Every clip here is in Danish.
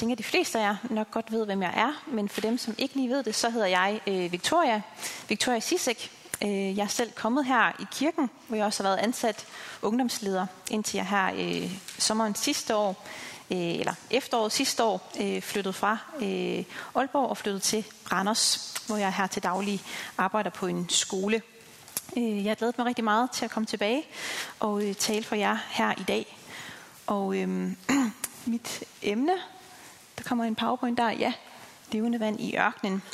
tænker, at de fleste af jer nok godt ved, hvem jeg er. Men for dem, som ikke lige ved det, så hedder jeg Victoria Sisek. Jeg er selv kommet her i kirken, hvor jeg også har været ansat ungdomsleder, indtil jeg her sommeren sidste år, eller efteråret sidste år, flyttede fra Aalborg og flyttede til Randers, hvor jeg her til daglig arbejder på en skole. Jeg har glædet mig rigtig meget til at komme tilbage og tale for jer her i dag. Og mit emne, der kommer en powerpoint der, ja, levende vand i ørkenen.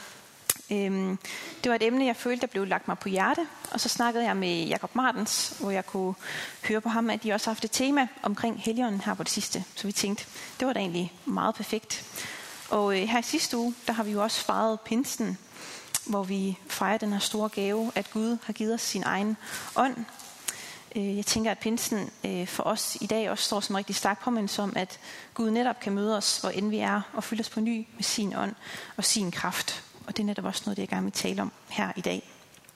Det var et emne, jeg følte, der blev lagt mig på hjerte. Og så snakkede jeg med Jakob Martens, hvor jeg kunne høre på ham, at de også har haft et tema omkring Helligånden her på det sidste. Så vi tænkte, det var da egentlig meget perfekt. Og her i sidste uge, der har vi jo også fejret pinsen, hvor vi fejrer den her store gave, at Gud har givet os sin egen ånd. Jeg tænker, at pinsen for os i dag også står som en rigtig stærk påmindelse om, at Gud netop kan møde os, hvor end vi er, og fylde os på ny med sin ånd og sin kraft. Og det er netop også noget, det jeg gerne vil tale om her i dag.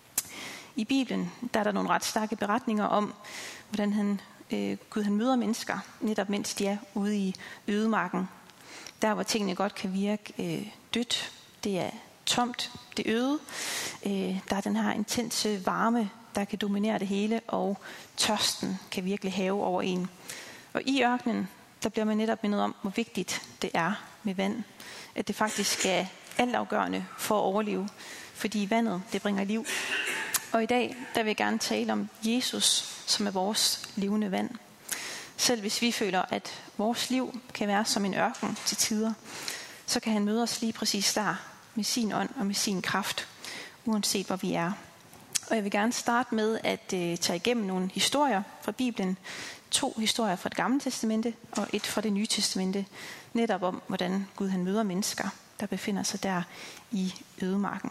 I Bibelen, der er der nogle ret stærke beretninger om, hvordan Gud møder mennesker, netop mens de er ude i ødemarken. Der, hvor tingene godt kan virke dødt, det er tomt, det øde. Der er den her intense varme, der kan dominere det hele, og tørsten kan virkelig have over en. Og i ørkenen, der bliver man netop mindet om, hvor vigtigt det er med vand. At det faktisk er altafgørende for at overleve, fordi vandet, det bringer liv. Og i dag, der vil jeg gerne tale om Jesus, som er vores levende vand. Selv hvis vi føler, at vores liv kan være som en ørken til tider, så kan han møde os lige præcis der, med sin ånd og med sin kraft, uanset hvor vi er. Og jeg vil gerne starte med at tage igennem nogle historier fra Bibelen. 2 historier fra det gamle testamente og 1 fra det nye testamente. Netop om, hvordan Gud han møder mennesker, der befinder sig der i ødemarken.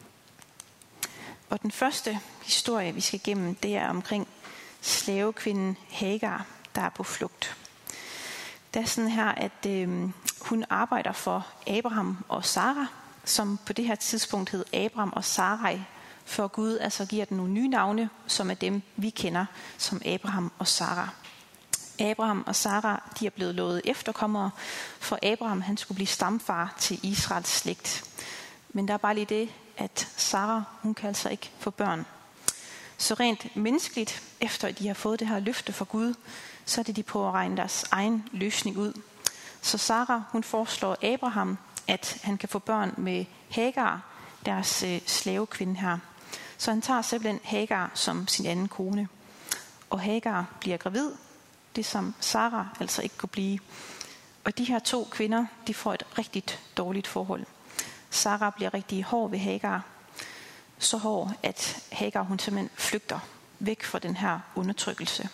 Og den første historie, vi skal igennem, det er omkring slavekvinden Hagar, der er på flugt. Det er sådan her, at hun arbejder for Abraham og Sara, som på det her tidspunkt hed Abraham og Sarai, for Gud altså giver den nogle nye navne, som er dem, vi kender som Abraham og Sara. Abraham og Sara, de er blevet lovet efterkommere, for Abraham han skulle blive stamfar til Israels slægt. Men der er bare lige det, at Sara, hun kan altså ikke få børn. Så rent menneskeligt, efter at de har fået det her løfte fra Gud, så er det de på at regne deres egen løsning ud. Så Sara, hun foreslår Abraham, at han kan få børn med Hagar, deres slavekvinde her. Så han tager simpelthen Hagar som sin anden kone. Og Hagar bliver gravid, det som Sara altså ikke kunne blive. Og de her 2 kvinder, de får et rigtig dårligt forhold. Sara bliver rigtig hård ved Hagar. Så hård, at Hagar hun simpelthen flygter væk fra den her undertrykkelse.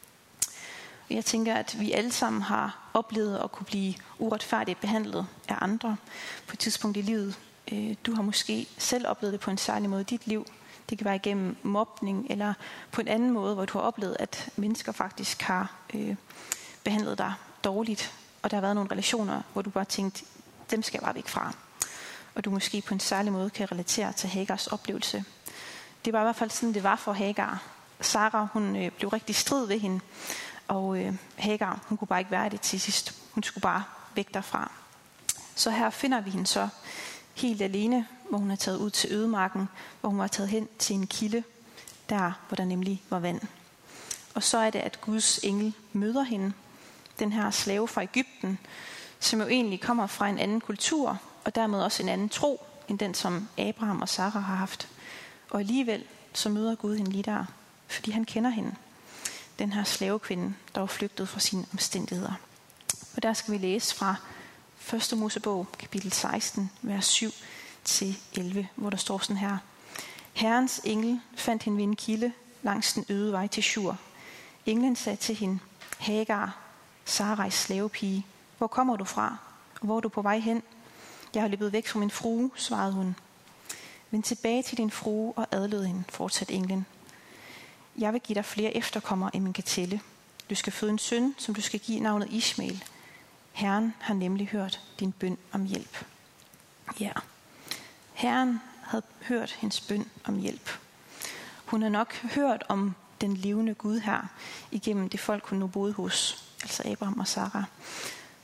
Og jeg tænker, at vi alle sammen har oplevet at kunne blive uretfærdigt behandlet af andre på et tidspunkt i livet. Du har måske selv oplevet det på en særlig måde i dit liv. Det kan være igennem mobning eller på en anden måde, hvor du har oplevet, at mennesker faktisk har behandlet dig dårligt. Og der har været nogle relationer, hvor du bare tænkte, dem skal jeg bare væk fra. Og du måske på en særlig måde kan relatere til Hagars oplevelse. Det var i hvert fald sådan, det var for Hagar. Sara, hun blev rigtig strid ved hende. Og Hagar, hun kunne bare ikke være det til sidst. Hun skulle bare væk derfra. Så her finder vi hende så helt alene, hvor hun er taget ud til ødemarken, hvor hun var taget hen til en kilde, der hvor der nemlig var vand. Og så er det, at Guds engel møder hende, den her slave fra Egypten, som jo egentlig kommer fra en anden kultur, og dermed også en anden tro, end den som Abraham og Sara har haft. Og alligevel så møder Gud hende lige der, fordi han kender hende. Den her slavekvinde, der var flygtet fra sine omstændigheder. Og der skal vi læse fra 1. Mosebog, kapitel 16, vers 7-11, hvor der står sådan her. Herrens engel fandt hende ved en kilde langs den øde vej til Shur. Englen sagde til hende, Hagar, Sarais slavepige, hvor kommer du fra, og hvor er du på vej hen? Jeg har løbet væk fra min frue, svarede hun. Vend tilbage til din frue og adlød hende, fortsatte englen. Jeg vil give dig flere efterkommere, end man kan tælle. Du skal føde en søn, som du skal give navnet Ishmael. Herren har nemlig hørt din bøn om hjælp. Ja, Herren havde hørt hendes bøn om hjælp. Hun har nok hørt om den levende Gud her, igennem det folk, hun nu boede hos, altså Abraham og Sara.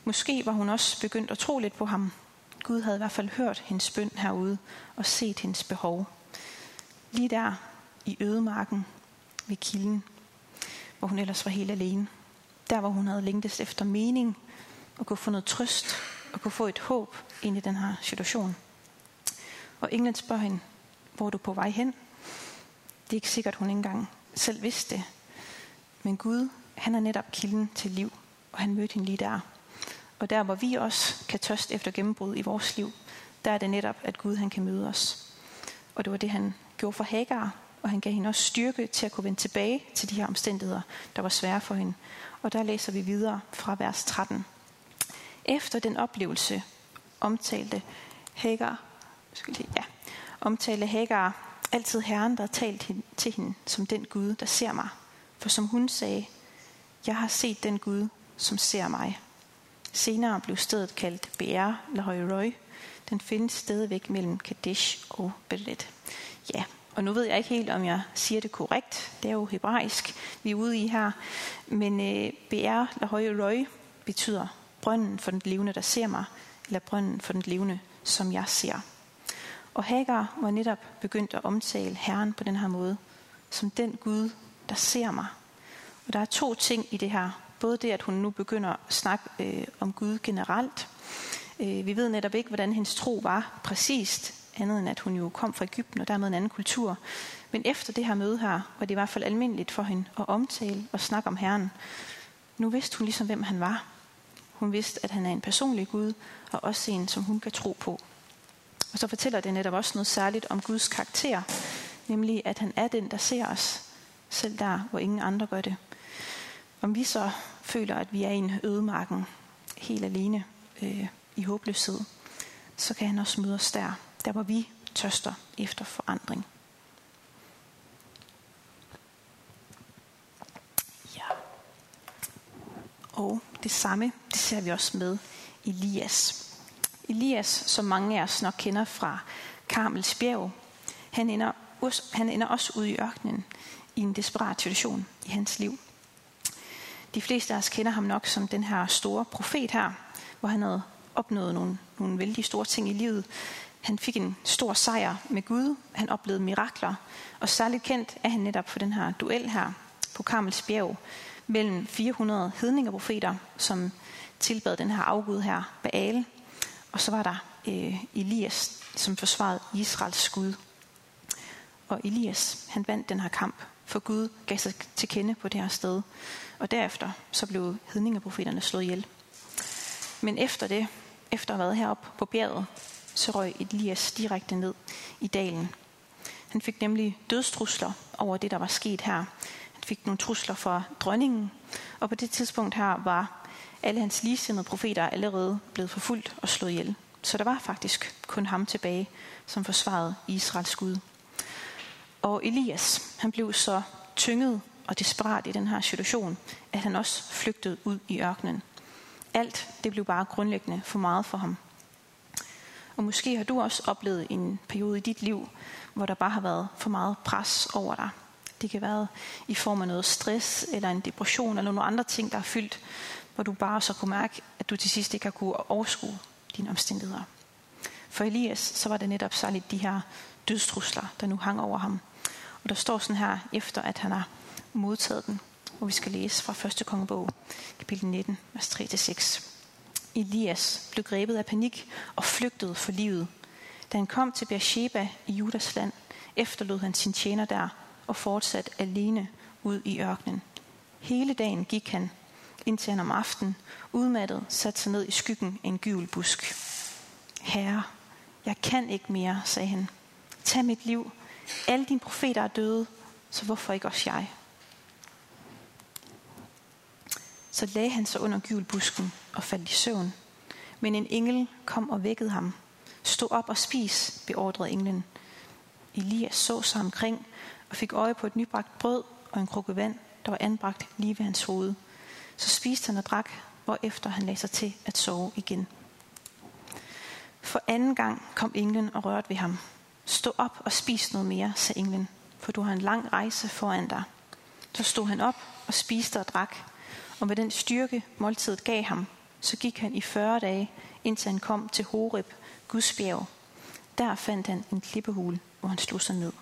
Måske var hun også begyndt at tro lidt på ham. Gud havde i hvert fald hørt hendes bøn herude og set hendes behov. Lige der i ødemarken ved kilden, hvor hun ellers var helt alene. Der hvor hun havde længtes efter mening og kunne få noget trøst og kunne få et håb ind i den her situation. Og englen spørger hende, hvor er du på vej hen? Det er ikke sikkert, hun ikke engang selv vidste det. Men Gud, han er netop kilden til liv, og han mødte hende lige der. Og der hvor vi også kan tørste efter gennembrud i vores liv, der er det netop, at Gud han kan møde os. Og det var det, han gjorde for Hagar, og han gav hende også styrke til at kunne vende tilbage til de her omstændigheder, der var svære for hende. Og der læser vi videre fra vers 13. Efter den oplevelse omtalte Hagar altid Herren, der havde talt til hende som den Gud, der ser mig. For som hun sagde, jeg har set den Gud, som ser mig. Senere blev stedet kaldt Be'er Lahai-roi. Den findes stadigvæk mellem Kadesh og Bered. Ja, og nu ved jeg ikke helt, om jeg siger det korrekt. Det er jo hebraisk, vi er ude i her. Men Be'er Lahai-roi betyder brønden for den levende, der ser mig, eller brønden for den levende, som jeg ser. Og Hagar var netop begyndt at omtale Herren på den her måde, som den Gud, der ser mig. Og der er 2 ting i det her. Både det, at hun nu begynder at snakke om Gud generelt. Vi ved netop ikke, hvordan hendes tro var præcist, andet end at hun jo kom fra Egypten og dermed en anden kultur. Men efter det her møde her, var det i hvert fald almindeligt for hende at omtale og snakke om Herren. Nu vidste hun ligesom, hvem han var. Hun vidste, at han er en personlig Gud, og også en, som hun kan tro på. Og så fortæller det netop også noget særligt om Guds karakter, nemlig at han er den, der ser os, selv der, hvor ingen andre gør det. Om vi så føler, at vi er i en ødemarken, helt alene i håbløshed, så kan han også møde os der hvor vi tørster efter forandring. Ja. Og det samme, det ser vi også med Elias. Elias, som mange af os nok kender fra Karmels bjerg, han ender også ude i ørkenen i en desperat situation i hans liv. De fleste af os kender ham nok som den her store profet her, hvor han havde opnået nogle vældig store ting i livet. Han fik en stor sejr med Gud, han oplevede mirakler, og særligt kendt er han netop for den her duel her på Karmels bjerg mellem 400 hedningeprofeter, som tilbad den her afgud her, Baal. Og så var der Elias, som forsvarede Israels Gud. Og Elias, han vandt den her kamp, for Gud gav sig til kende på det her sted. Og derefter så blev hedningeprofeterne slået ihjel. Men efter det, efter at have været heroppe på bjerget, så røg Elias direkte ned i dalen. Han fik nemlig dødstrusler over det, der var sket her. Han fik nogle trusler fra dronningen, og på det tidspunkt her var alle hans ligesindede profeter allerede blevet forfulgt og slået ihjel. Så der var faktisk kun ham tilbage, som forsvarede Israels Gud. Og Elias, han blev så tynget og desperat i den her situation, at han også flygtede ud i ørkenen. Alt, det blev bare grundlæggende for meget for ham. Og måske har du også oplevet en periode i dit liv, hvor der bare har været for meget pres over dig. Det kan være i form af noget stress, eller en depression, eller nogle andre ting, der er fyldt, hvor du bare så kunne mærke, at du til sidst ikke har kunne overskue dine omstændigheder. For Elias, så var det netop særligt de her dødstrusler, der nu hang over ham. Og der står sådan her, efter at han har modtaget den, hvor vi skal læse fra 1. kongebog, kapitel 19, vers 3-6. Elias blev grebet af panik og flygtede for livet. Da han kom til Beersheba i Judas land, efterlod han sin tjener der og fortsatte alene ud i ørkenen. Hele dagen gik han, indtil han om aftenen, udmattet, satte sig ned i skyggen af en gyvelbusk. Herre, jeg kan ikke mere, sagde han. Tag mit liv. Alle dine profeter er døde, så hvorfor ikke også jeg? Så lagde han sig under gyvelbusken og faldt i søvn. Men en engel kom og vækkede ham. Stå op og spis, beordrede englen. Elias så sig omkring og fik øje på et nybagt brød og en krukke vand, der var anbragt lige ved hans hoved. Så spiste han og drak, hvorefter han lagde sig til at sove igen. For anden gang kom englen og rørte ved ham. Stå op og spis noget mere, sagde englen, for du har en lang rejse foran dig. Så stod han op og spiste og drak, og med den styrke måltidet gav ham, så gik han i 40 dage, indtil han kom til Horeb, Guds bjerg. Der fandt han en klippehule, hvor han slog sig ned.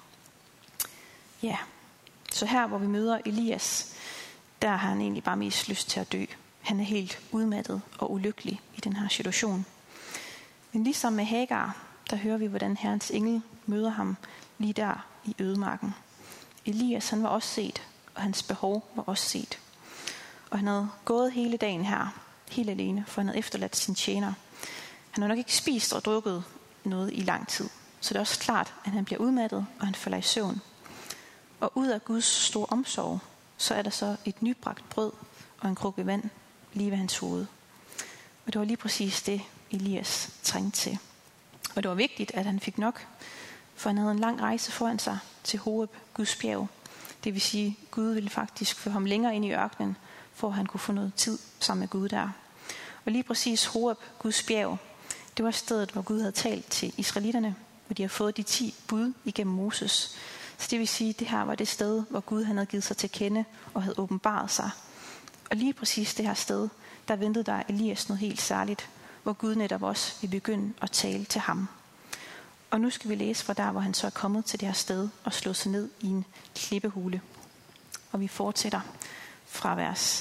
Ja, så her hvor vi møder Elias, der har han egentlig bare mest lyst til at dø. Han er helt udmattet og ulykkelig i den her situation. Men ligesom med Hagar, der hører vi, hvordan Herrens engel møder ham lige der i ødemarken. Elias, han var også set, og hans behov var også set. Og han havde gået hele dagen her, helt alene, for han havde efterladt sin tjener. Han havde nok ikke spist og drukket noget i lang tid, så det er også klart, at han bliver udmattet, og han falder i søvn. Og ud af Guds store omsorg, så er der så et nybragt brød og en krukke vand lige ved hans hoved. Og det var lige præcis det, Elias trængte til. Og det var vigtigt, at han fik nok, for han havde en lang rejse foran sig til Horeb, Guds bjerg. Det vil sige, at Gud ville faktisk få ham længere ind i ørkenen, for at han kunne få noget tid sammen med Gud der. Og lige præcis Horeb, Guds bjerg, det var stedet, hvor Gud havde talt til israelitterne, hvor de havde fået de 10 bud igennem Moses. Så det vil sige, at det her var det sted, hvor Gud han havde givet sig til kende og havde åbenbaret sig. Og lige præcis det her sted, der ventede der Elias noget helt særligt, hvor Gud netop også vil begynde at tale til ham. Og nu skal vi læse fra der, hvor han så er kommet til det her sted og slået sig ned i en klippehule. Og vi fortsætter fra vers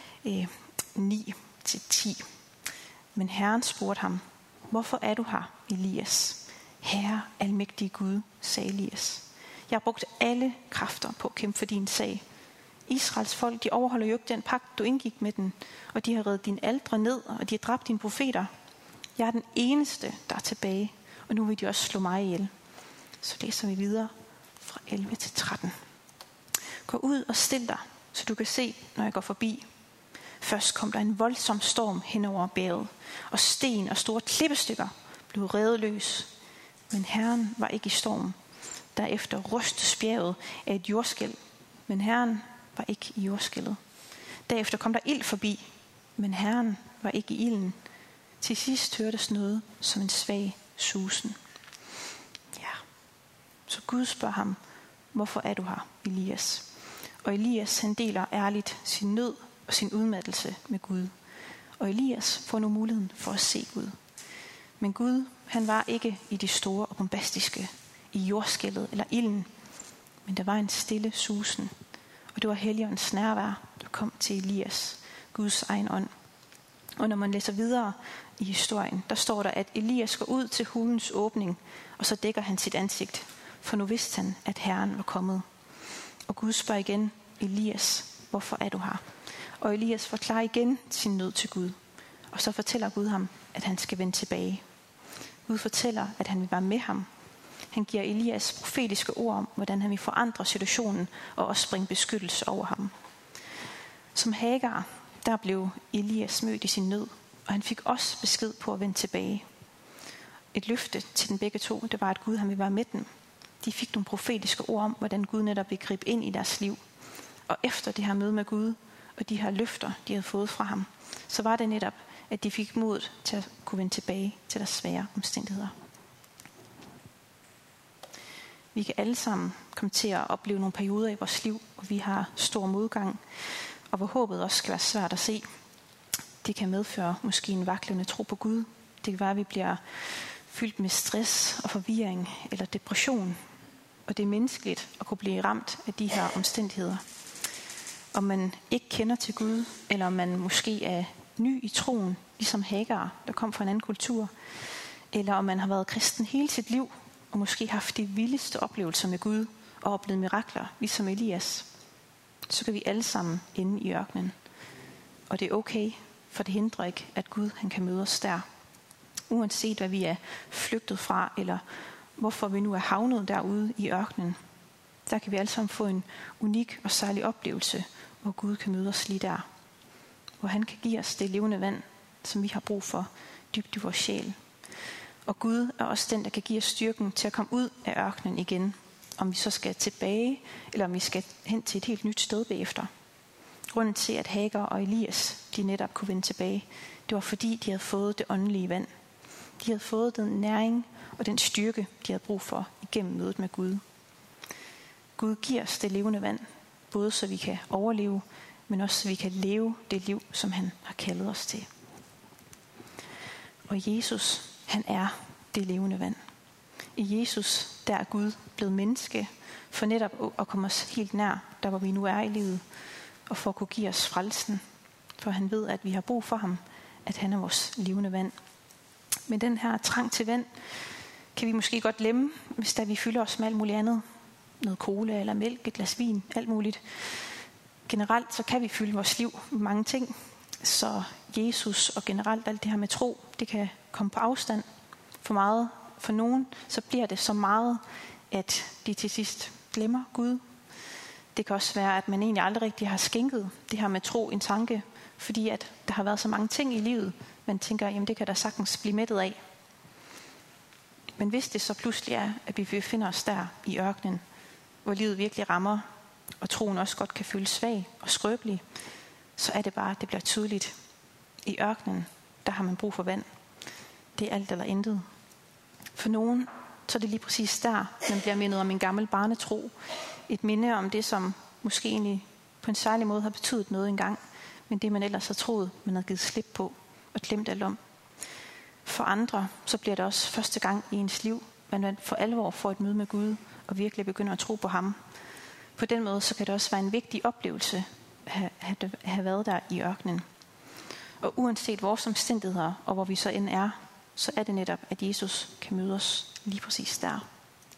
9 til 10. Men Herren spurgte ham, hvorfor er du her, Elias? Herre, almægtige Gud, sagde Elias. Jeg har brugt alle kræfter på at kæmpe for din sag. Israels folk, de overholder jo ikke den pagt, du indgik med den, og de har revet dine aldre ned, og de har dræbt dine profeter. Jeg er den eneste, der er tilbage, og nu vil de også slå mig ihjel. Så læser vi videre fra 11 til 13. Gå ud og stil dig, så du kan se, når jeg går forbi. Først kom der en voldsom storm hen over bjerget, og sten og store klippestykker blev revet løs. Men Herren var ikke i stormen. Derefter rystes bjerget af et jordskælv, men Herren var ikke i jordskælvet. Derefter kom der ild forbi, men Herren var ikke i ilden. Til sidst hørtes noget som en svag susen. Ja. Så Gud spørger ham, hvorfor er du her, Elias? Og Elias han deler ærligt sin nød og sin udmattelse med Gud. Og Elias får nu muligheden for at se Gud. Men Gud, han var ikke i de store og bombastiske, i jordskælvet eller ilden, men der var en stille susen. Og det var Helligåndens nærvær, der kom til Elias, Guds egen ånd. Og når man læser videre i historien, der står der, at Elias går ud til hulens åbning, og så dækker han sit ansigt, for nu vidste han, at Herren var kommet. Og Gud spørger igen, Elias, hvorfor er du her? Og Elias forklarer igen sin nød til Gud. Og så fortæller Gud ham, at han skal vende tilbage. Gud fortæller, at han vil være med ham. Han giver Elias profetiske ord om, hvordan han vil forandre situationen og også bringe beskyttelse over ham. Som Hagar, der blev Elias mødt i sin nød, og han fik også besked på at vende tilbage. Et løfte til dem begge to, det var, at Gud han ville være med dem. De fik nogle profetiske ord om, hvordan Gud netop vil gribe ind i deres liv. Og efter det her møde med Gud, og de her løfter, de havde fået fra ham, så var det netop, at de fik mod til at kunne vende tilbage til deres svære omstændigheder. Vi kan alle sammen komme til at opleve nogle perioder i vores liv, hvor vi har stor modgang, og hvor håbet også skal være svært at se. Det kan medføre måske en vaklende tro på Gud. Det kan være, at vi bliver fyldt med stress og forvirring eller depression. Og det er menneskeligt at kunne blive ramt af de her omstændigheder. Om man ikke kender til Gud, eller om man måske er ny i troen, ligesom Hagar, der kom fra en anden kultur, eller om man har været kristen hele sit liv, og måske haft de vildeste oplevelser med Gud, og oplevet mirakler, ligesom Elias, så kan vi alle sammen ende i ørkenen. Og det er okay, for det hindrer ikke, at Gud han kan møde os der. Uanset hvad vi er flygtet fra, eller hvorfor vi nu er havnet derude i ørkenen, der kan vi alle sammen få en unik og særlig oplevelse, hvor Gud kan møde os lige der. Hvor han kan give os det levende vand, som vi har brug for dybt i vores sjæl. Og Gud er også den, der kan give os styrken til at komme ud af ørkenen igen. Om vi så skal tilbage, eller om vi skal hen til et helt nyt sted bagefter. Grunden til, at Hagar og Elias de netop kunne vende tilbage, det var fordi, de havde fået det åndelige vand. De havde fået den næring og den styrke, de havde brug for igennem mødet med Gud. Gud giver os det levende vand, både så vi kan overleve, men også så vi kan leve det liv, som han har kaldet os til. Og Jesus, han er det levende vand. I Jesus, der er Gud blevet menneske, for netop at komme os helt nær, der hvor vi nu er i livet, og for at kunne give os frelsen. For han ved, at vi har brug for ham, at han er vores levende vand. Men den her trang til vand, kan vi måske godt glemme, hvis da vi fylder os med alt muligt andet. Noget cola eller mælk, et glas vin, alt muligt. Generelt så kan vi fylde vores liv med mange ting. Så Jesus og generelt alt det her med tro, det kan komme på afstand for meget. For nogen, så bliver det så meget, at de til sidst glemmer Gud. Det kan også være, at man egentlig aldrig rigtig har skænket det her med tro en tanke, fordi at der har været så mange ting i livet, man tænker, jamen det kan der sagtens blive mættet af. Men hvis det så pludselig er, at vi befinder os der i ørkenen, hvor livet virkelig rammer, og troen også godt kan føles svag og skrøbelig, så er det bare, at det bliver tydeligt. I ørkenen, der har man brug for vand. Det er alt eller intet. For nogen, så er det lige præcis der, man bliver mindet om en gammel barnetro. Et minde om det, som måske egentlig på en særlig måde har betydet noget engang, men det man ellers har troet, man har givet slip på og glemt alt om. For andre, så bliver det også første gang i ens liv, man for alvor får et møde med Gud og virkelig begynder at tro på ham. På den måde, så kan det også være en vigtig oplevelse at have været der i ørkenen. Og uanset vores omstændigheder og hvor vi så end er, så er det netop, at Jesus kan møde os lige præcis der.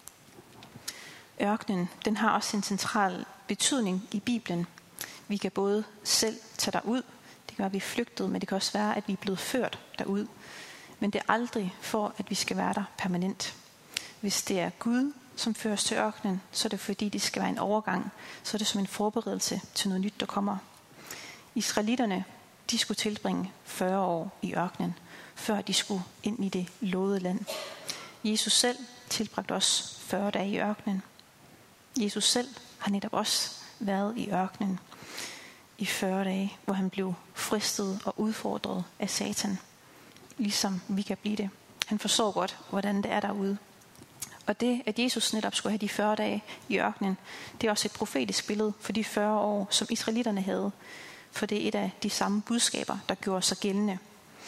Ørkenen, den har også en central betydning i Bibelen. Vi kan både selv tage derud, det kan være, at vi er flygtet, men det kan også være, at vi er blevet ført derud. Men det er aldrig for, at vi skal være der permanent. Hvis det er Gud, som fører os til ørkenen, så er det fordi, det skal være en overgang. Så er det som en forberedelse til noget nyt, der kommer. Israelitterne, de skulle tilbringe 40 år i ørkenen, før de skulle ind i det lovede land. Jesus selv tilbragte også 40 dage i ørkenen. Jesus selv har netop også været i ørkenen i 40 dage, hvor han blev fristet og udfordret af Satan. Ligesom vi kan blive det. Han forstår godt, hvordan det er derude. Og det, at Jesus netop skulle have de 40 dage i ørkenen, det er også et profetisk billede for de 40 år, som israelitterne havde. For det er et af de samme budskaber, der gjorde sig gældende.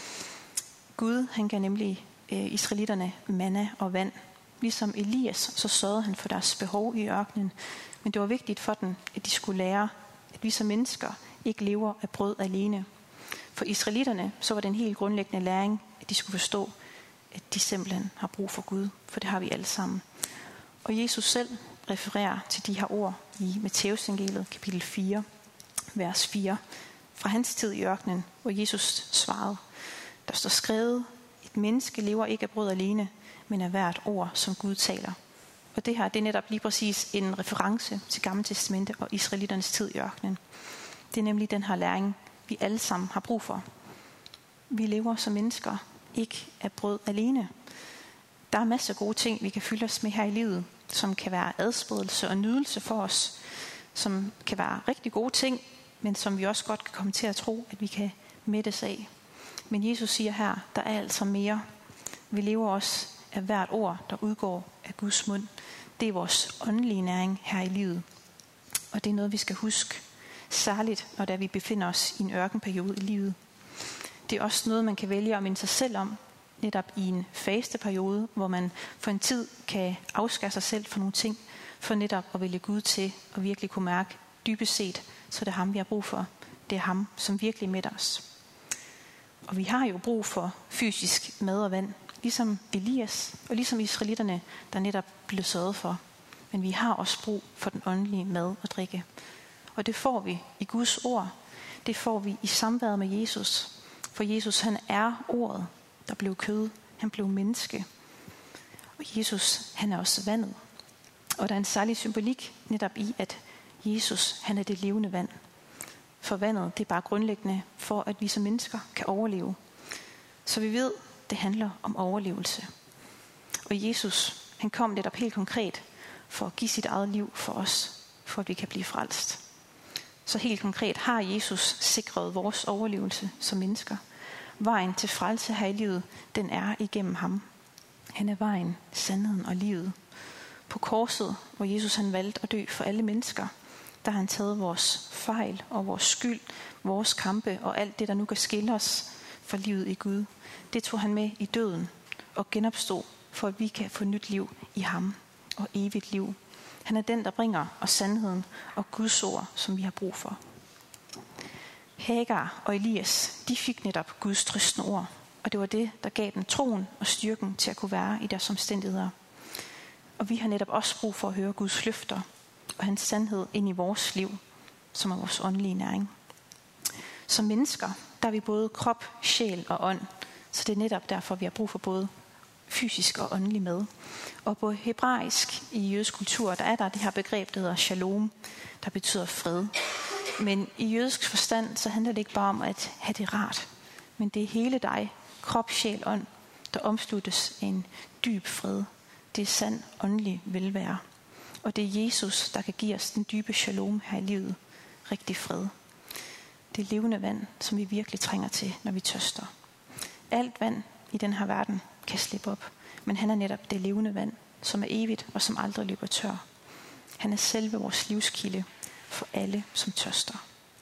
Gud, han gav nemlig israelitterne manna og vand. Ligesom Elias, så sørgede han for deres behov i ørkenen. Men det var vigtigt for dem, at de skulle lære, at vi som mennesker ikke lever af brød alene. For israelitterne, så var det en helt grundlæggende læring, at de skulle forstå, at de simpelthen har brug for Gud. For det har vi alle sammen. Og Jesus selv refererer til de her ord i Matthæusevangeliet, kapitel 4, vers 4. Fra hans tid i ørkenen, hvor Jesus svarede, der står skrevet, et menneske lever ikke af brød alene, men af hvert ord, som Gud taler. Og det her, det er netop lige præcis en reference til Gamle Testamente og israelitternes tid i ørkenen. Det er nemlig den her læring, vi alle sammen har brug for. Vi lever som mennesker ikke af brød alene. Der er masser af gode ting, vi kan fylde os med her i livet, som kan være adspredelse og nydelse for os, som kan være rigtig gode ting, men som vi også godt kan komme til at tro, at vi kan mættes af. Men Jesus siger her, der er altså mere. Vi lever også af hvert ord, der udgår af Guds mund. Det er vores åndelige næring her i livet. Og det er noget, vi skal huske, særligt når vi befinder os i en ørkenperiode i livet. Det er også noget, man kan vælge at minde sig selv om, netop i en fasteperiode, hvor man for en tid kan afskære sig selv for nogle ting, for netop at vælge Gud til og virkelig kunne mærke dybest set, så det er ham, vi har brug for. Det er ham, som virkelig mætter os. Og vi har jo brug for fysisk mad og vand, ligesom Elias og ligesom israelitterne, der netop blev sørget for. Men vi har også brug for den åndelige mad og drikke. Og det får vi i Guds ord. Det får vi i samværet med Jesus. For Jesus, han er ordet, der blev kød. Han blev menneske. Og Jesus, han er også vandet. Og der er en særlig symbolik netop i, at Jesus, han er det levende vand. For vandet, det er bare grundlæggende for, at vi som mennesker kan overleve. Så vi ved, det handler om overlevelse. Og Jesus, han kom netop helt konkret for at give sit eget liv for os, for at vi kan blive frelst. Så helt konkret har Jesus sikret vores overlevelse som mennesker. Vejen til frelse her i livet, den er igennem ham. Han er vejen, sandheden og livet. På korset, hvor Jesus han valgte at dø for alle mennesker, der har han taget vores fejl og vores skyld, vores kampe og alt det, der nu kan skille os for livet i Gud. Det tog han med i døden og genopstod, for at vi kan få nyt liv i ham og evigt liv. Han er den, der bringer os sandheden og Guds ord, som vi har brug for. Hagar og Elias, de fik netop Guds trøstende ord, og det var det, der gav dem troen og styrken til at kunne være i deres omstændigheder. Og vi har netop også brug for at høre Guds løfter og hans sandhed ind i vores liv, som er vores åndelige næring. Som mennesker, der er vi både krop, sjæl og ånd, så det er netop derfor, vi har brug for både fysisk og åndelig mad. Og på hebraisk i jødisk kultur, der er der det her begreb, der hedder shalom, der betyder fred. Men i jødisk forstand, så handler det ikke bare om at have det rart, men det er hele dig, krop, sjæl, ånd, der omsluttes af en dyb fred. Det er sand åndelig velvære. Og det er Jesus, der kan give os den dybe shalom her i livet. Rigtig fred. Det er levende vand, som vi virkelig trænger til, når vi tørster. Alt vand i den her verden kan slippe op, men han er netop det levende vand, som er evigt og som aldrig løber tør. Han er selve vores livskilde for alle, som tørster.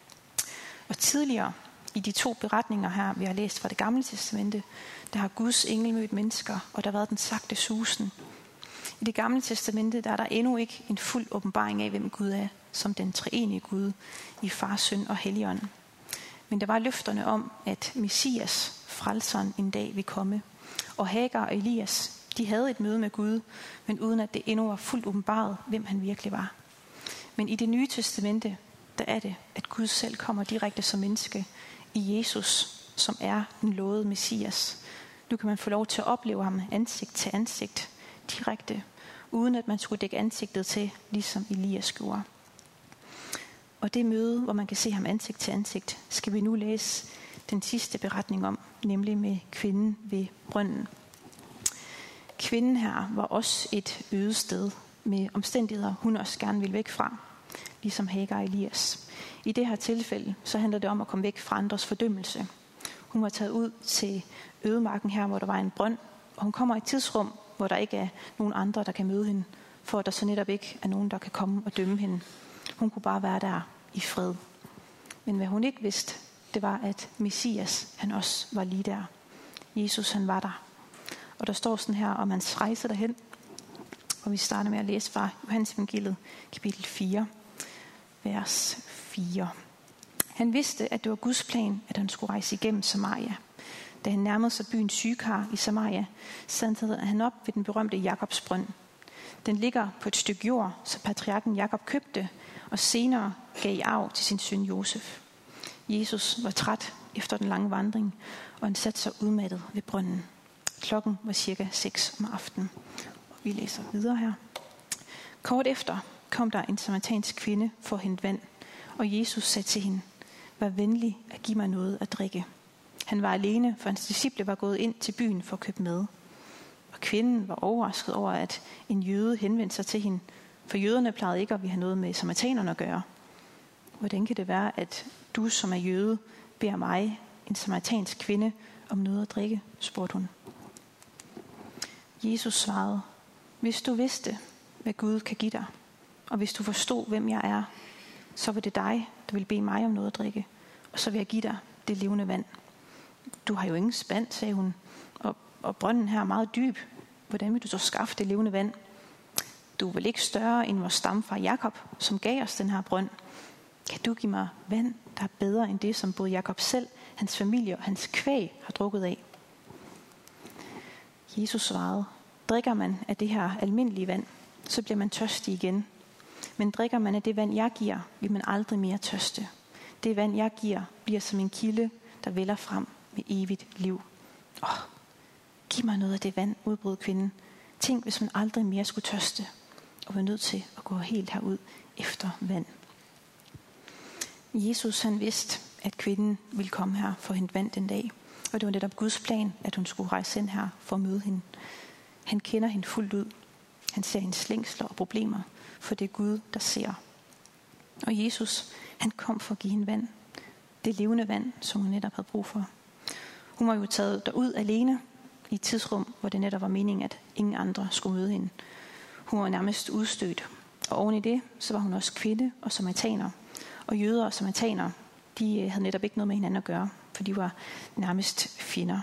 Og tidligere i de 2 beretninger her, vi har læst fra det gamle testamente, der har Guds engel mødt mennesker, og der har været den sagte susen. I det gamle testamente, der er der endnu ikke en fuld åbenbaring af, hvem Gud er, som den treenige Gud i Far, Søn og Helligånd. Men der var løfterne om, at Messias, frelseren, en dag vil komme. Og Hagar og Elias, de havde et møde med Gud, men uden at det endnu var fuldt åbenbaret, hvem han virkelig var. Men i det nye testamente, der er det, at Gud selv kommer direkte som menneske i Jesus, som er den lovede Messias. Nu kan man få lov til at opleve ham ansigt til ansigt, direkte, uden at man skulle dække ansigtet til, ligesom Elias gjorde. Og det møde, hvor man kan se ham ansigt til ansigt, skal vi nu læse den sidste beretning om, nemlig med kvinden ved brønden. Kvinden her var også et øde sted med omstændigheder, hun også gerne ville væk fra, ligesom Hagar og Elias. I det her tilfælde, så handler det om at komme væk fra andres fordømmelse. Hun var taget ud til ødemarken her, hvor der var en brønd, og hun kommer i et tidsrum, hvor der ikke er nogen andre, der kan møde hende, for at der så netop ikke er nogen, der kan komme og dømme hende. Hun kunne bare være der i fred. Men hvad hun ikke vidste, det var, at Messias, han også var lige der. Jesus, han var der. Og der står sådan her om hans rejse derhen, og vi starter med at læse fra Johannes evangeliet, kapitel 4, vers 4. Han vidste, at det var Guds plan, at han skulle rejse igennem Samaria. Da han nærmede sig byen Sykar i Samaria, standede han op ved den berømte Jakobs brønd. Den ligger på et stykke jord, så patriarken Jakob købte, og senere gav i arv til sin søn Josef. Jesus var træt efter den lange vandring, og han satte sig udmattet ved brønden. Klokken var cirka 6 om aftenen. Og vi læser videre her. Kort efter kom der en samaritansk kvinde for at hente vand, og Jesus sagde til hende, vær venlig at give mig noget at drikke. Han var alene, for hans disciple var gået ind til byen for at købe mad. Og kvinden var overrasket over, at en jøde henvendte sig til hende, for jøderne plejede ikke at have noget med samaritanerne at gøre. Hvordan kan det være, at du, som er jøde, beder mig, en samaritansk kvinde, om noget at drikke, spurgte hun. Jesus svarede, hvis du vidste, hvad Gud kan give dig, og hvis du forstod, hvem jeg er, så var det dig, der vil bede mig om noget at drikke, og så vil jeg give dig det levende vand. Du har jo ingen spand, sagde hun, og brønden her er meget dyb. Hvordan vil du så skaffe det levende vand? Du er vel ikke større end vores stamfar Jakob, som gav os den her brønd. Kan du give mig vand, der er bedre end det, som både Jakob selv, hans familie og hans kvæg har drukket af? Jesus svarede, drikker man af det her almindelige vand, så bliver man tørstig igen. Men drikker man af det vand, jeg giver, vil man aldrig mere tørste. Det vand, jeg giver, bliver som en kilde, der vælder frem med evigt liv. Giv mig noget af det vand, udbrød kvinden. Tænk, hvis man aldrig mere skulle tørste, og var nødt til at gå helt herud efter vand. Jesus, han vidste, at kvinden ville komme her for at hente vand den dag. Og det var netop Guds plan, at hun skulle rejse ind her for at møde hende. Han kender hende fuldt ud. Han ser hendes slængsler og problemer, for det er Gud, der ser. Og Jesus, han kom for at give hende vand. Det levende vand, som hun netop havde brug for. Hun var jo taget derud alene i et tidsrum, hvor det netop var meningen, at ingen andre skulle møde hende. Hun var nærmest udstødt. Og oven i det, så var hun også kvinde og samaritaner. Og jøder og samaritaner, de havde netop ikke noget med hinanden at gøre. for de var nærmest fjender.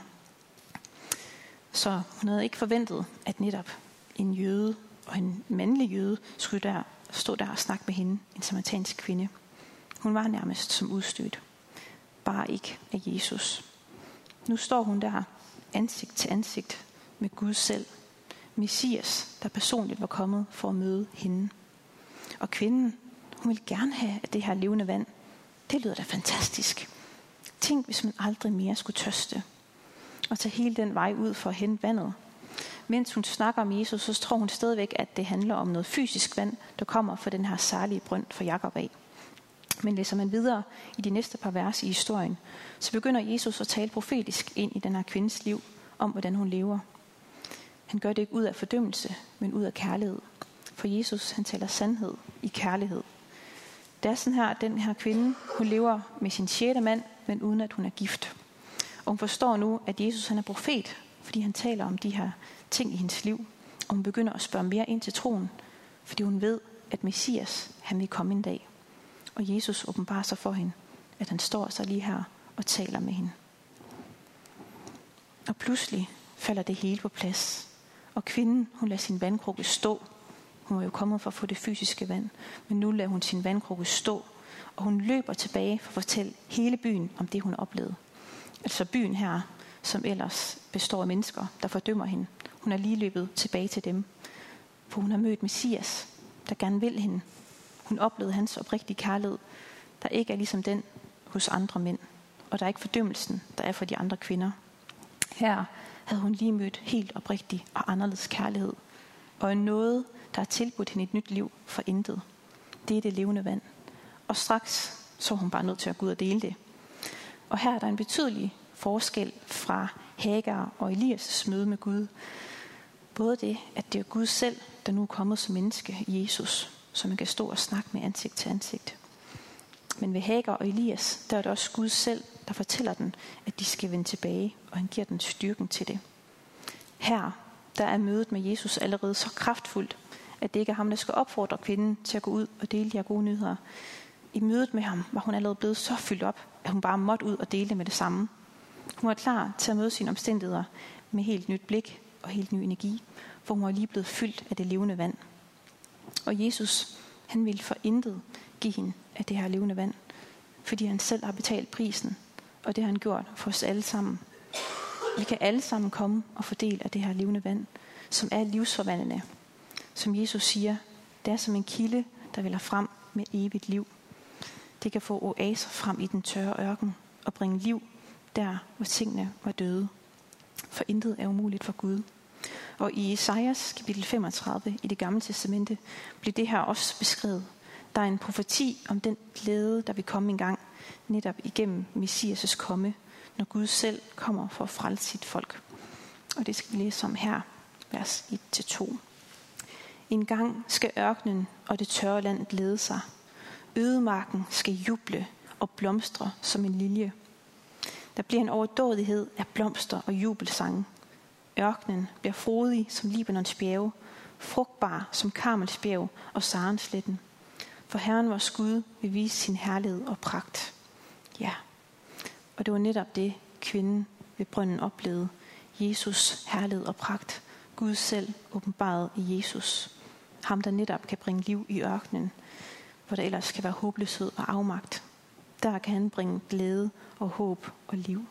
Så hun havde ikke forventet, at netop en jøde og en mandlig jøde skulle stå der og snakke med hende, en samaritansk kvinde. Hun var nærmest som udstødt, bare ikke af Jesus. Nu står hun der ansigt til ansigt med Gud selv, Messias, der personligt var kommet for at møde hende. Og kvinden, hun ville gerne have det her levende vand. Det lyder da fantastisk. Tænk, hvis man aldrig mere skulle tørste og tage hele den vej ud for at hente vandet. Mens hun snakker om Jesus, så tror hun stadigvæk, at det handler om noget fysisk vand, der kommer fra den her særlige brønd for Jakob af. Men læser man videre i de næste par vers i historien, så begynder Jesus at tale profetisk ind i den her kvindes liv, om hvordan hun lever. Han gør det ikke ud af fordømmelse, men ud af kærlighed. For Jesus, han taler sandhed i kærlighed. Det er sådan her, at den her kvinde, hun lever med sin 6. mand, men uden at hun er gift. Og hun forstår nu, at Jesus han er profet, fordi han taler om de her ting i hendes liv. Og hun begynder at spørge mere ind til troen, fordi hun ved, at Messias, han vil komme en dag. Og Jesus åbenbarer sig for hende, at han står så lige her og taler med hende. Og pludselig falder det hele på plads. Og kvinden, hun lader sin vandkrukke stå. Hun var jo kommet for at få det fysiske vand, men nu lader hun sin vandkrukke stå. Og hun løber tilbage for at fortælle hele byen om det, hun oplevede. Altså byen her, som ellers består af mennesker, der fordømmer hende. Hun er lige løbet tilbage til dem. For hun har mødt Messias, der gerne vil hende. Hun oplevede hans oprigtige kærlighed, der ikke er ligesom den hos andre mænd. Og der er ikke fordømmelsen, der er for de andre kvinder. Her havde hun lige mødt helt oprigtig og anderledes kærlighed. Og en nåde, der har tilbudt hende et nyt liv for intet. Det er det levende vand. Og straks så er hun bare nødt til at gå ud og dele det. Og her er der en betydelig forskel fra Hagar og Elias' møde med Gud. Både det, at det er Gud selv, der nu er kommet som menneske, Jesus, så man kan stå og snakke med ansigt til ansigt. Men ved Hagar og Elias, der er det også Gud selv, der fortæller dem, at de skal vende tilbage, og han giver dem styrken til det. Her, der er mødet med Jesus allerede så kraftfuldt, at det ikke er ham, der skal opfordre kvinden til at gå ud og dele de her gode nyheder. I mødet med ham var hun allerede blevet så fyldt op, at hun bare måtte ud og dele det med det samme. Hun var klar til at møde sine omstændigheder med helt nyt blik og helt ny energi, for hun var lige blevet fyldt af det levende vand. Og Jesus, han ville for intet give hende af det her levende vand, fordi han selv har betalt prisen, og det har han gjort for os alle sammen. Vi kan alle sammen komme og få del af det her levende vand, som er livsforvandlende. Som Jesus siger, det er som en kilde, der vælger frem med evigt liv. Det kan få oaser frem i den tørre ørken og bringe liv der, hvor tingene var døde. For intet er umuligt for Gud. Og i Esajas kapitel 35 i det gamle testamente bliver det her også beskrevet. Der er en profeti om den glæde, der vil komme engang, netop igennem Messias' komme, når Gud selv kommer for at frelse sit folk. Og det skal vi læse om her, vers 1-2. En gang skal ørkenen og det tørre land glæde sig. Ødemarken skal juble og blomstre som en lilje. Der bliver en overdådighed af blomster og jubelsange. Ørkenen bliver frodig som Libanons bjerge, frugtbar som Karmels bjerg og Sarensletten. For Herren vores Gud vil vise sin herlighed og pragt. Ja, og det var netop det, kvinden ved brønden oplevede. Jesus herlighed og pragt. Gud selv åbenbaret i Jesus. Ham, der netop kan bringe liv i ørkenen, hvor der ellers kan være håbløshed og afmagt. Der kan han bringe glæde og håb og liv.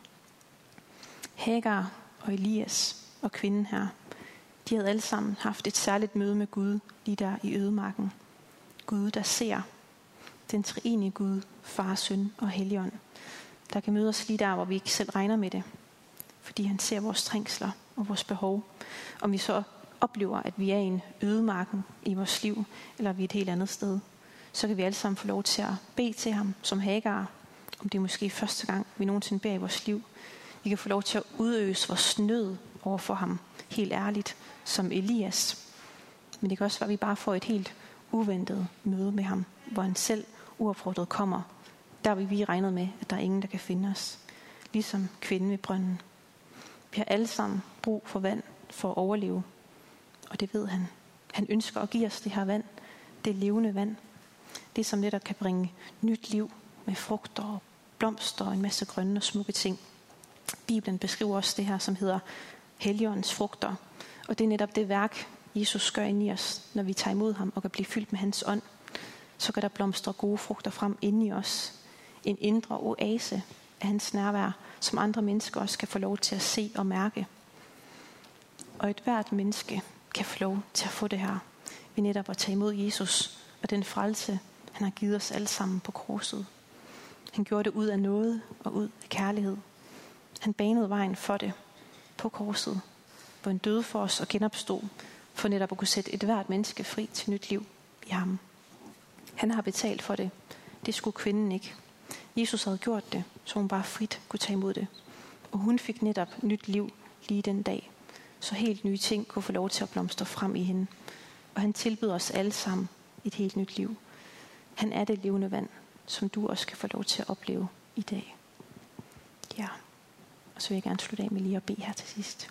Hagar og Elias og kvinden her, de havde alle sammen haft et særligt møde med Gud lige der i ødemarken. Gud, der ser. Den treenige Gud, Far, Søn og Helligånd, der kan møde os lige der, hvor vi ikke selv regner med det. Fordi han ser vores trængsler og vores behov. Om vi så oplever, at vi er i en ødemarken i vores liv, eller vi er et helt andet sted, så kan vi alle sammen få lov til at bede til ham som Hagar, om det er måske første gang, vi nogensinde beder i vores liv. Vi kan få lov til at udøse vores nød over for ham, helt ærligt, som Elias. Men det kan også være, at vi bare får et helt uventet møde med ham, hvor han selv uopfordret kommer. Der vil vi regnet med, at der er ingen, der kan finde os. Ligesom kvinden ved brønden. Vi har alle sammen brug for vand for at overleve. Og det ved han. Han ønsker at give os det her vand. Det levende vand. Det, som netop kan bringe nyt liv med frugter og blomster og en masse grønne og smukke ting. Bibelen beskriver også det her, som hedder Helligåndens frugter. Og det er netop det værk, Jesus gør ind i os, når vi tager imod ham og kan blive fyldt med hans ånd. Så kan der blomstre gode frugter frem inde i os. En indre oase af hans nærvær, som andre mennesker også kan få lov til at se og mærke. Og et hvert menneske kan få lov til at få det her ved netop at tage imod Jesus og den frelse, han har givet os alle sammen på korset. Han gjorde det ud af nåde og ud af kærlighed. Han banede vejen for det på korset, hvor han døde for os og genopstod, for netop at kunne sætte et hvert menneske fri til nyt liv i ham. Han har betalt for det. Det skulle kvinden ikke. Jesus havde gjort det, så hun bare frit kunne tage imod det. Og hun fik netop nyt liv lige den dag, så helt nye ting kunne få lov til at blomstre frem i hende. Og han tilbyder os alle sammen et helt nyt liv. Han er det levende vand, som du også kan få lov til at opleve i dag. Ja, og så vil jeg gerne slutte af med lige at bede her til sidst.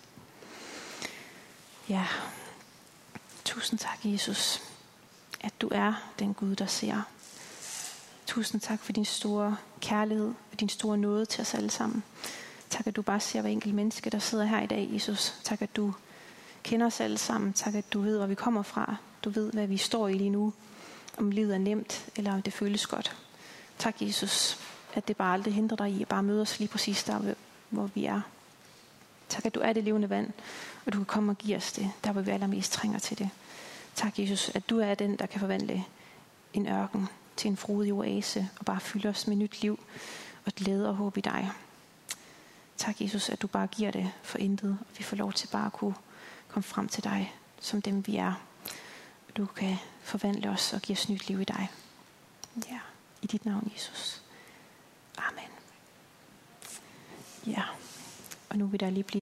Ja, tusind tak, Jesus, at du er den Gud, der ser. Tusind tak for din store kærlighed og din store nåde til os alle sammen. Tak, at du bare ser hver enkelt menneske, der sidder her i dag, Jesus. Tak, at du kender os alle sammen. Tak, at du ved, hvor vi kommer fra. Du ved, hvad vi står i lige nu. Om livet er nemt, eller om det føles godt. Tak, Jesus, at det bare aldrig hindrer dig i at bare møde os lige præcis der, hvor vi er. Tak, at du er det levende vand, og du kan komme og give os det, der hvor vi allermest trænger til det. Tak, Jesus, at du er den, der kan forvandle en ørken til en frodig oase, og bare fylde os med nyt liv og glæde og håb i dig. Tak, Jesus, at du bare giver det for intet, og vi får lov til bare at kunne komme frem til dig, som dem vi er. Du kan forvandle os og give os nyt liv i dig. Ja, i dit navn, Jesus. Amen. Ja, og nu vil der lige blive